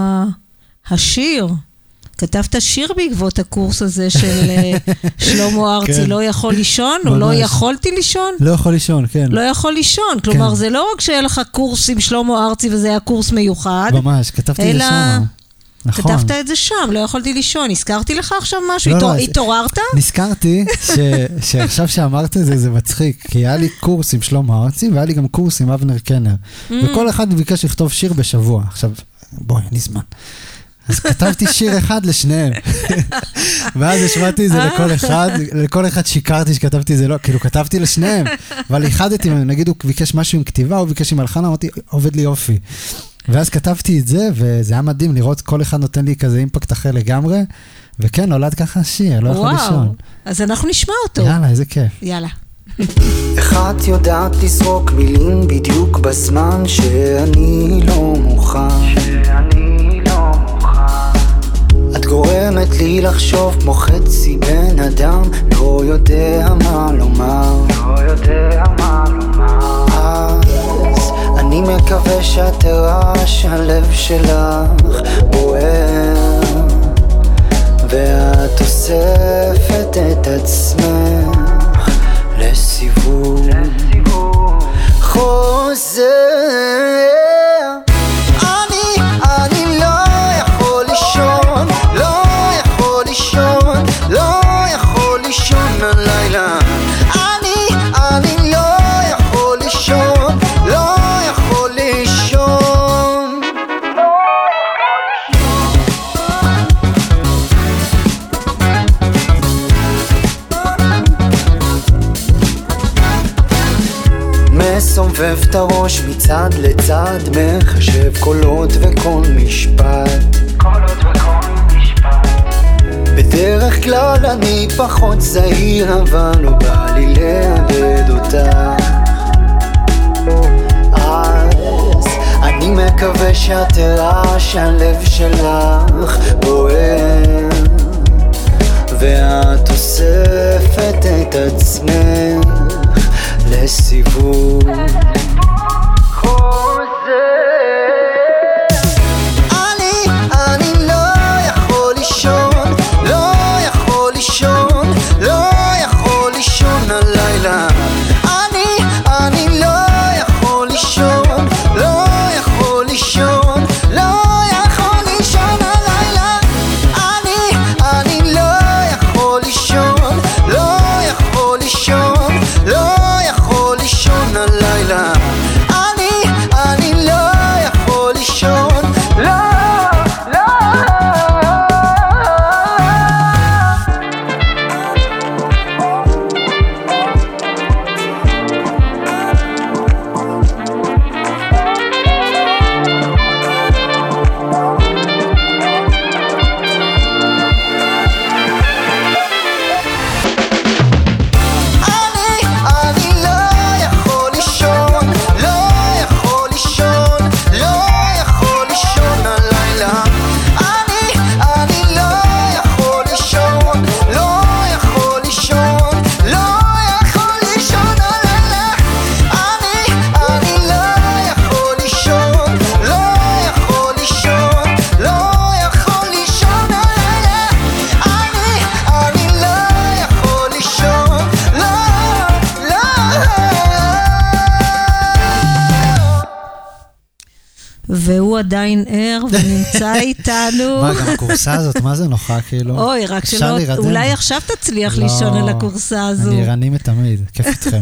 השיר, כתבת שיר בעקבות הקורס הזה של שלמה ארצי, לא יכול לישון, או לא יכולתי לישון? לא יכול לישון, כן. לא יכול לישון, כלומר, זה לא רק שהיה לך קורס עם שלמה ארצי, וזה היה קורס מיוחד. ממש, כתבתי את זה שם. נכון. כתבת את זה שם, לא יכולתי לישון. הזכרתי לך עכשיו משהו? התעוררת? נזכרתי שעכשיו שאמרת את זה, זה מצחיק, כי היה לי קורס עם שלמה ארצי, והיה לי גם קורס עם אבנר קנר. וכל אחד ביקש לכתוב שיר בשבוע. עכשיו, בואי, אני זמן. אז כתבתי שיר אחד לשניהם. ואז השמעתי את זה לכל אחד, לכל אחד שיקרתי שכתבתי את זה לא, כאילו כתבתי לשניהם, אבל איחדתי, נגיד הוא ביקש משהו עם כתיבה, הוא ביקש עם הלחנה, אמרתי, עובד לי יופי. ואז כתבתי את זה, וזה היה מדהים לראות כל אחד נותן לי כזה אימפקט אחר לגמרי, וכן, נולד ככה שיר, לא יכול לישון. וואו, אז אנחנו נשמע אותו. יאללה, איזה כיף. יאללה. איך את יודעת לזרוק מילים בדיוק בזמן שאני לא מוכן, שאני לא מוכן. את גורמת לי לחשוב כמו חצי בן אדם, לא יודע מה לומר, לא יודע מה לומר. אז אני מקווה שאת תראה שהלב שלך בוער, ואת אוספת את עצמך לסיבוב חוזר. אני, אני לא יכול לישון, לא יכול לישון, לא יכול לישון הלילה. אני, אני לא יכול לישון, לא יכול לישון. מסובב את הראש מצד לצד, מחשב קולות וכל משפט, קולות וכל משפט. בדרך כלל אני פחות זהיר, אבל לא בא לי לאבד אותך. אז אני מקווה שאת תראה שהלב שלך בוער, ואת אוספת את עצמך לסיבוב חוזר. והוא עדיין ער ונמצא איתנו. מה, גם הקורסה הזאת, מה זה נוחה כאילו? אוי, רק שלא, אולי עכשיו תצליח לישון על הקורסה הזו. אני ערני תמיד, כיף איתכם.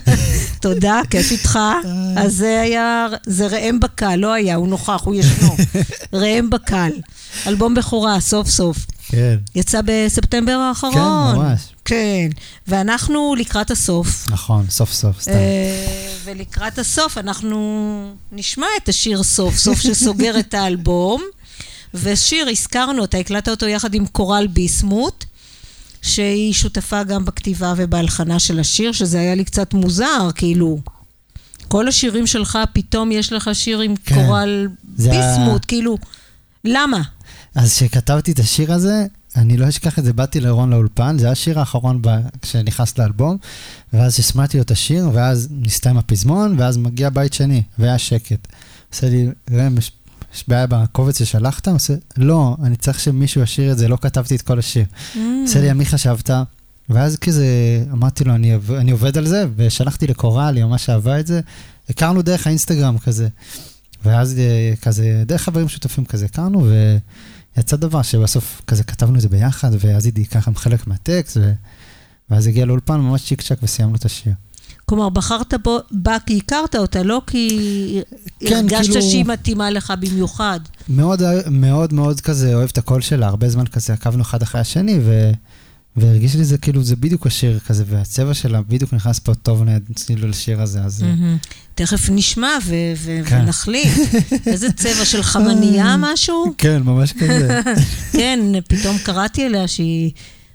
תודה, כיף איתך. אז זה היה, זה רעם בקל, לא היה, הוא נוכח, הוא ישנו. רעם בקל. אלבום בכורה, סוף סוף. כן. יצא בספטמבר האחרון. כן, ממש. כן, ואנחנו לקראת הסוף. נכון, סוף סוף, סתם. ולקראת הסוף אנחנו נשמע את השיר סוף סוף שסוגר את האלבום, ושיר, הזכרנו, אתה הקלטת אותו יחד עם קורל ביסמוט, שהיא שותפה גם בכתיבה ובהלחנה של השיר, שזה היה לי קצת מוזר, כאילו, כל השירים שלך, פתאום יש לך שיר עם כן. קורל ביסמוט, ה... כאילו, למה? אז כשכתבתי את השיר הזה, אני לא אשכח את זה, באתי לרון לאולפן, זה היה השיר האחרון ב... כשנכנס לאלבום, ואז השמעתי לו את השיר, ואז נסתיים הפזמון, ואז מגיע בית שני, והיה שקט. עושה לי, רם, יש, יש בעיה בקובץ ששלחת? עושה, לא, אני צריך שמישהו ישיר את זה, לא כתבתי את כל השיר. Mm. עושה לי, מי חשבת? ואז כזה, אמרתי לו, אני, אני עובד על זה, ושלחתי לקורל, היא ממש אהבה את זה, הכרנו דרך האינסטגרם כזה, ואז כזה, דרך חברים שותפים כזה, הכרנו, ו... יצא דבר שבסוף כזה כתבנו את זה ביחד, ואז היא ככה חלק מהטקסט, ו... ואז הגיע לאולפן ממש צ'יק צ'ק וסיימנו את השיר. כלומר, בחרת בו, בה כי הכרת אותה, לא כי כן, הרגשת כאילו... שהיא מתאימה לך במיוחד. מאוד, מאוד, מאוד כזה אוהב את הקול שלה, הרבה זמן כזה עקבנו אחד אחרי השני, ו... והרגיש לי זה כאילו, זה בדיוק השיר כזה, והצבע שלה בדיוק נכנס פה טוב נצנילו לשיר הזה, אז... Mm-hmm. תכף נשמע ו- ו- כן. ונחליט. איזה צבע של חמניה משהו? כן, ממש כזה. כן, פתאום קראתי אליה שהיא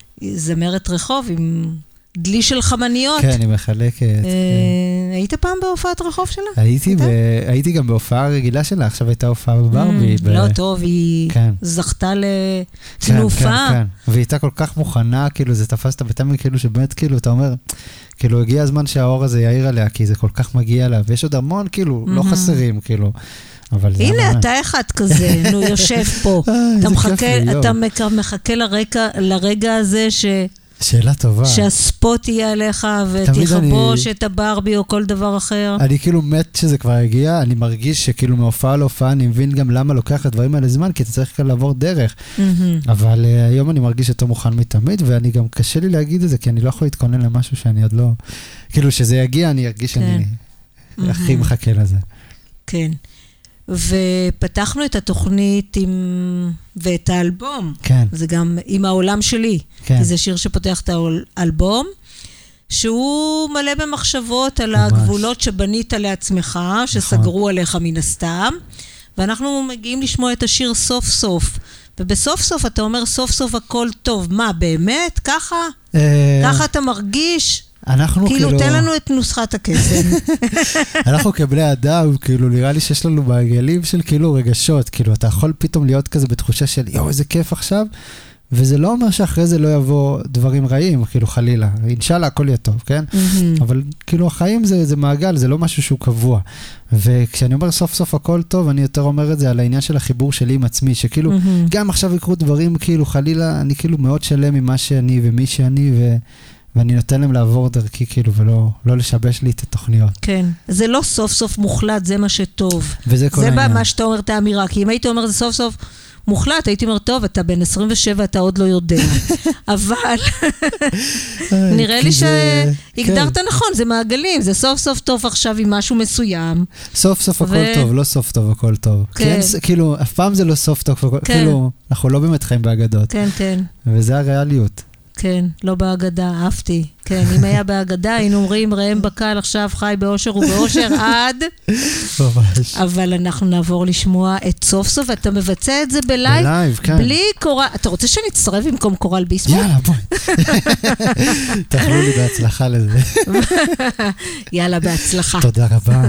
זמרת רחוב עם דלי של חמניות. כן, היא מחלקת. היית פעם בהופעת רחוב שלה? הייתי גם בהופעה רגילה שלה, עכשיו הייתה הופעה בברבי. לא טוב, היא זכתה לתנופה. כן, כן, והיא הייתה כל כך מוכנה, כאילו זה תפס את הבטמי, כאילו שבאמת, כאילו, אתה אומר, כאילו הגיע הזמן שהאור הזה יעיר עליה, כי זה כל כך מגיע לה, ויש עוד המון, כאילו, לא חסרים, כאילו. הנה, אתה אחד כזה, נו, יושב פה. אתה מחכה לרגע הזה ש... שאלה טובה. שהספוט יהיה עליך ותכבוש אני... את הברבי או כל דבר אחר. אני כאילו מת שזה כבר הגיע, אני מרגיש שכאילו מהופעה להופעה, אני מבין גם למה לוקח את הדברים האלה זמן, כי אתה צריך כאן לעבור דרך. Mm-hmm. אבל uh, היום אני מרגיש יותר מוכן מתמיד, ואני גם קשה לי להגיד את זה, כי אני לא יכול להתכונן למשהו שאני עוד לא... כאילו שזה יגיע, אני ארגיש כן. שאני mm-hmm. הכי מחכה לזה. כן. ופתחנו את התוכנית עם... ואת האלבום. כן. זה גם עם העולם שלי. כן. כי זה שיר שפותח את האלבום, שהוא מלא במחשבות על ממש. הגבולות שבנית לעצמך, שסגרו נכון. עליך מן הסתם, ואנחנו מגיעים לשמוע את השיר סוף סוף. ובסוף סוף אתה אומר סוף סוף הכל טוב. מה, באמת? ככה? ככה אתה מרגיש? אנחנו כאילו, כאילו... תן לנו את נוסחת הקסם. אנחנו כבני אדם, כאילו, נראה לי שיש לנו מעגלים של כאילו רגשות, כאילו, אתה יכול פתאום להיות כזה בתחושה של, יואו, איזה כיף עכשיו, וזה לא אומר שאחרי זה לא יבוא דברים רעים, כאילו, חלילה. אינשאללה, הכל יהיה טוב, כן? אבל כאילו, החיים זה, זה מעגל, זה לא משהו שהוא קבוע. וכשאני אומר סוף סוף הכל טוב, אני יותר אומר את זה על העניין של החיבור שלי עם עצמי, שכאילו, גם עכשיו יקרו דברים, כאילו, חלילה, אני כאילו מאוד שלם ממה שאני ומי שאני, ו... ואני נותן להם לעבור דרכי, כאילו, ולא לא לשבש לי את התוכניות. כן. זה לא סוף סוף מוחלט, זה מה שטוב. וזה כל העניין. זה מה שאתה אומר את האמירה, כי אם הייתי אומר זה סוף סוף מוחלט, הייתי אומר, טוב, אתה בן עשרים ושבע, אתה עוד לא יודע. אבל נראה לי שהגדרת נכון, זה מעגלים, זה סוף סוף טוב עכשיו עם משהו מסוים. סוף סוף הכל טוב, לא סוף טוב הכל טוב. כן. כאילו, אף פעם זה לא סוף טוב, כאילו, אנחנו לא באמת חיים באגדות. כן, כן. וזה הריאליות. כן, לא בהגדה, אהבתי. כן, אם היה בהגדה, היינו אומרים, רעם בקל עכשיו חי באושר ובאושר עד... ממש. אבל אנחנו נעבור לשמוע את סוף סוף, ואתה מבצע את זה בלייב. בלייב, כן. בלי קורל... אתה רוצה שנצטרף במקום קורל ביסמוט? יאללה, בואי. תאכלו לי בהצלחה לזה. יאללה, בהצלחה. תודה רבה.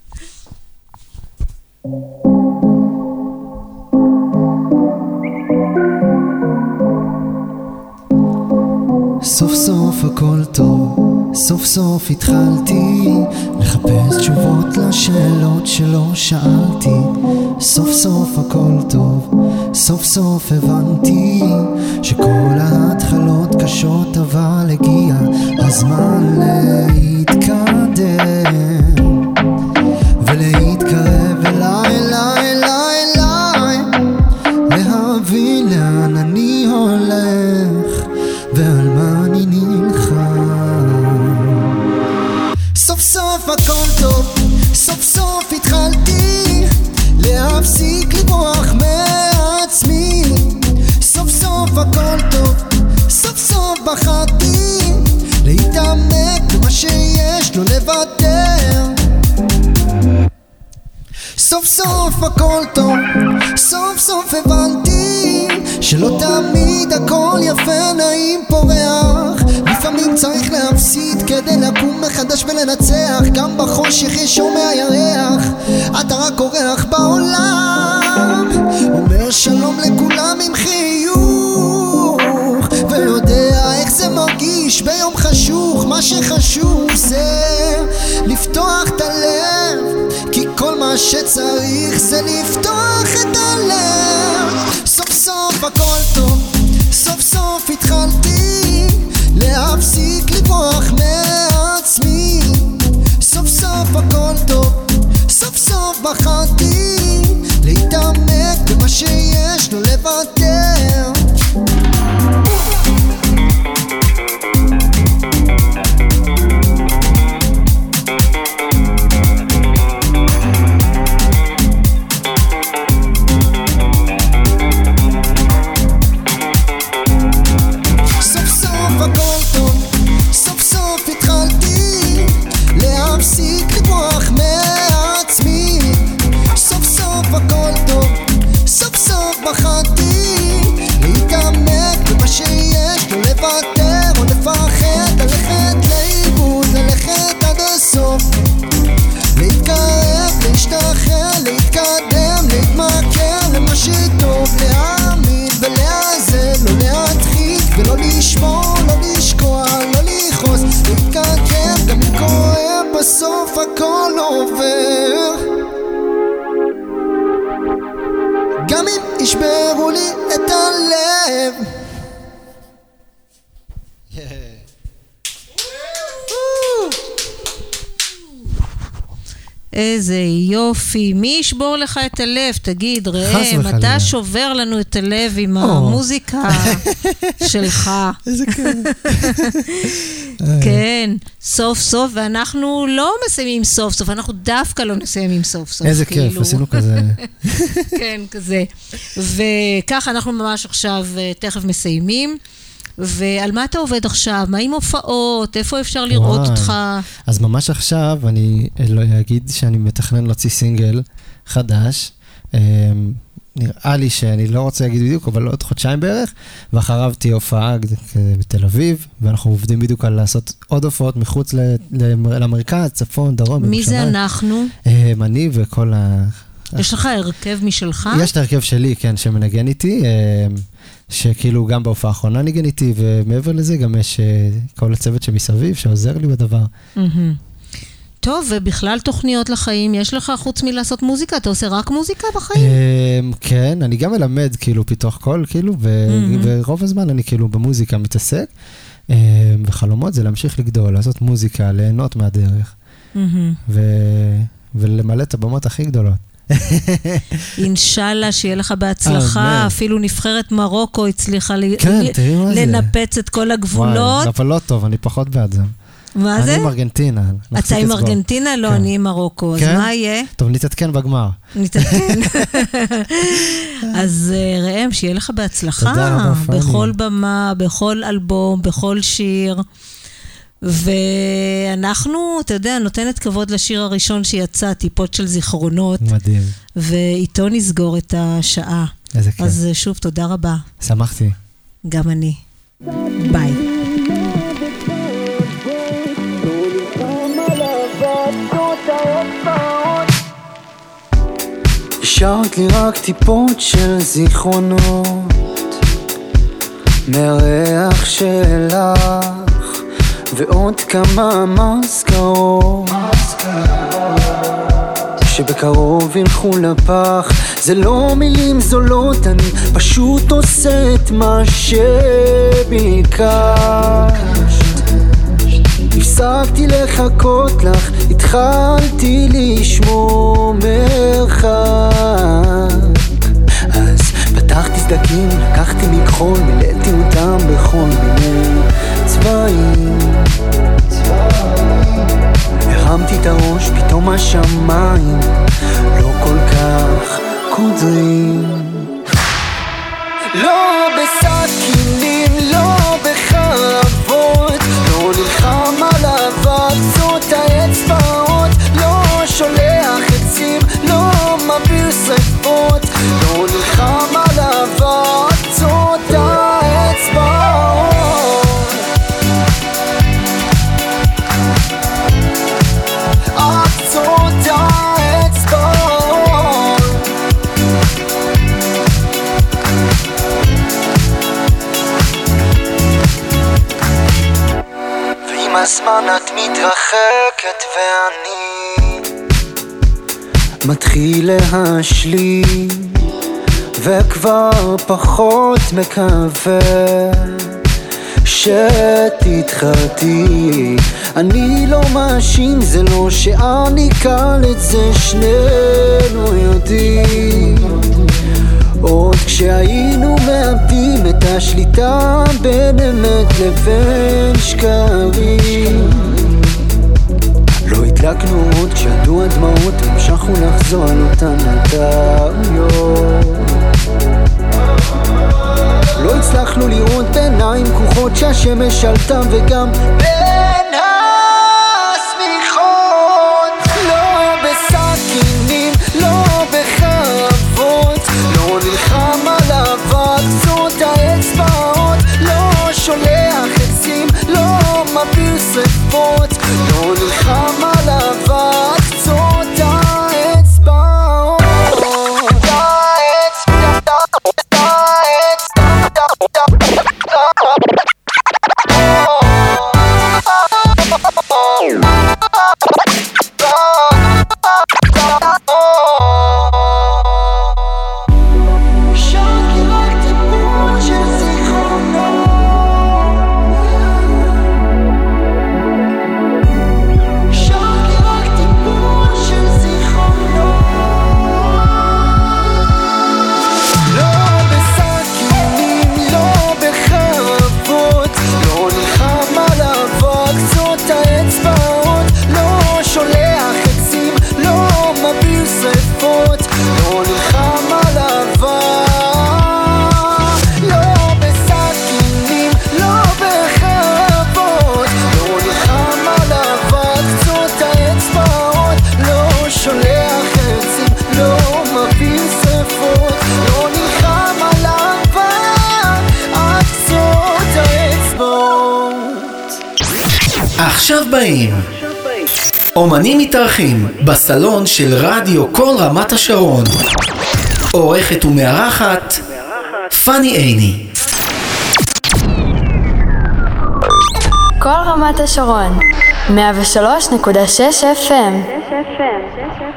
סוף סוף הכל טוב, סוף סוף התחלתי לחפש תשובות לשאלות שלא שאלתי. סוף סוף הכל טוב, סוף סוף הבנתי שכל ההתחלות קשות, אבל הגיע הזמן להתקדם ולהתקרב אליי, אליי, אליי סוף הכל טוב, סוף סוף הבנתי שלא תמיד הכל יפה נעים פורח, לפעמים צריך להפסיד כדי לקום מחדש ולנצח, גם בחושך יש שומע ירח, אתה רק אורח בעולם, אומר שלום לכולם עם חיוך, ויודע איך זה מרגיש ביום חשוך, מה שחשוב זה לפתוח את הלב, כי כל מה שצריך זה לפתוח את הלב. סוף סוף הכל טוב, סוף סוף התחלתי להפסיק לברוח מעצמי, סוף סוף הכל טוב, סוף סוף בחרתי להתעמק במה שיש לו לוותר. בסוף הכל עובר, גם אם ישברו לי את הלב. איזה יופי, מי ישבור לך את הלב? תגיד, ראם, אתה שובר לנו את הלב עם המוזיקה שלך. איזה כן. כן, סוף סוף, ואנחנו לא מסיימים סוף סוף, אנחנו דווקא לא נסיים עם סוף סוף. איזה כיף, עשינו כזה. כן, כזה. וככה אנחנו ממש עכשיו תכף מסיימים. ועל מה אתה עובד עכשיו? מה עם הופעות? איפה אפשר לראות וואי. אותך? אז ממש עכשיו אני לא אגיד שאני מתכנן להוציא סינגל חדש. נראה לי שאני לא רוצה להגיד בדיוק, אבל עוד חודשיים בערך, ואחריו תהיה הופעה בתל אביב, ואנחנו עובדים בדיוק על לעשות עוד הופעות מחוץ למרכז, צפון, דרום. מי זה אנחנו? אני וכל ה... יש לך הרכב משלך? יש את הרכב שלי, כן, שמנגן איתי. שכאילו גם בהופעה האחרונה ניגן איתי, ומעבר לזה גם יש כל הצוות שמסביב שעוזר לי בדבר. טוב, ובכלל תוכניות לחיים, יש לך חוץ מלעשות מוזיקה? אתה עושה רק מוזיקה בחיים? כן, אני גם מלמד כאילו פיתוח קול, כאילו, ורוב הזמן אני כאילו במוזיקה מתעסק, וחלומות זה להמשיך לגדול, לעשות מוזיקה, ליהנות מהדרך, ולמלא את הבמות הכי גדולות. אינשאללה, שיהיה לך בהצלחה, אפילו נבחרת מרוקו הצליחה לנפץ את כל הגבולות. אבל לא טוב, אני פחות בעד זה. מה זה? אני עם ארגנטינה. אתה עם ארגנטינה? לא, אני עם מרוקו. אז מה יהיה? טוב, נתעדכן בגמר. נתעדכן. אז ראם, שיהיה לך בהצלחה. בכל במה, בכל אלבום, בכל שיר. ואנחנו, אתה יודע, נותנת כבוד לשיר הראשון שיצא, טיפות של זיכרונות. מדהים. ואיתו נסגור את השעה. איזה כיף. אז שוב, תודה רבה. שמחתי. גם אני. ביי. השארת לי רק טיפות של זיכרונות מהריח שלך ועוד כמה מזכרות שבקרוב ילכו לפח. זה לא מילים זולות, אני פשוט עושה את מה שביקשת. הפסקתי לחכות לך, התחלתי לשמור מרחק. אז פתחתי סדקים, לקחתי מכחול, מילאתי אותם בכל מיני צבעים. הרמתי את הראש, פתאום השמיים לא כל כך קודרים. לא בסכינים, לא בחרבות, לא נלחם על אבק, זאת האצבעות. לא שולח עצים, לא מביא הזמן את מתרחקת ואני מתחיל להשלים וכבר פחות מקווה שתתחרתי. אני לא מאשים, זה לא שאני קל, את זה שנינו יודעים. עוד כשהיינו מאבדים את השליטה בין אמת לבין שקרים, לא הדלקנו עוד כשירדו הדמעות, המשכנו לחזור על אותן הטעויות. לא הצלחנו לראות בעיניים כוחות שהשמש עלתה וגם בין הסמיכות. לא בסכינים, לא בחרבות, לא נלחם על הקצות האצבעות, לא שולח עצים, לא מביא שרפות, לא נלחם על הקצות האצבעות. עכשיו באים אומנים מתארחים בסלון של רדיו כל רמת השרון. עורכת ומארחת פני עיני. כל רמת השרון מאה ושלוש נקודה שש אף אם.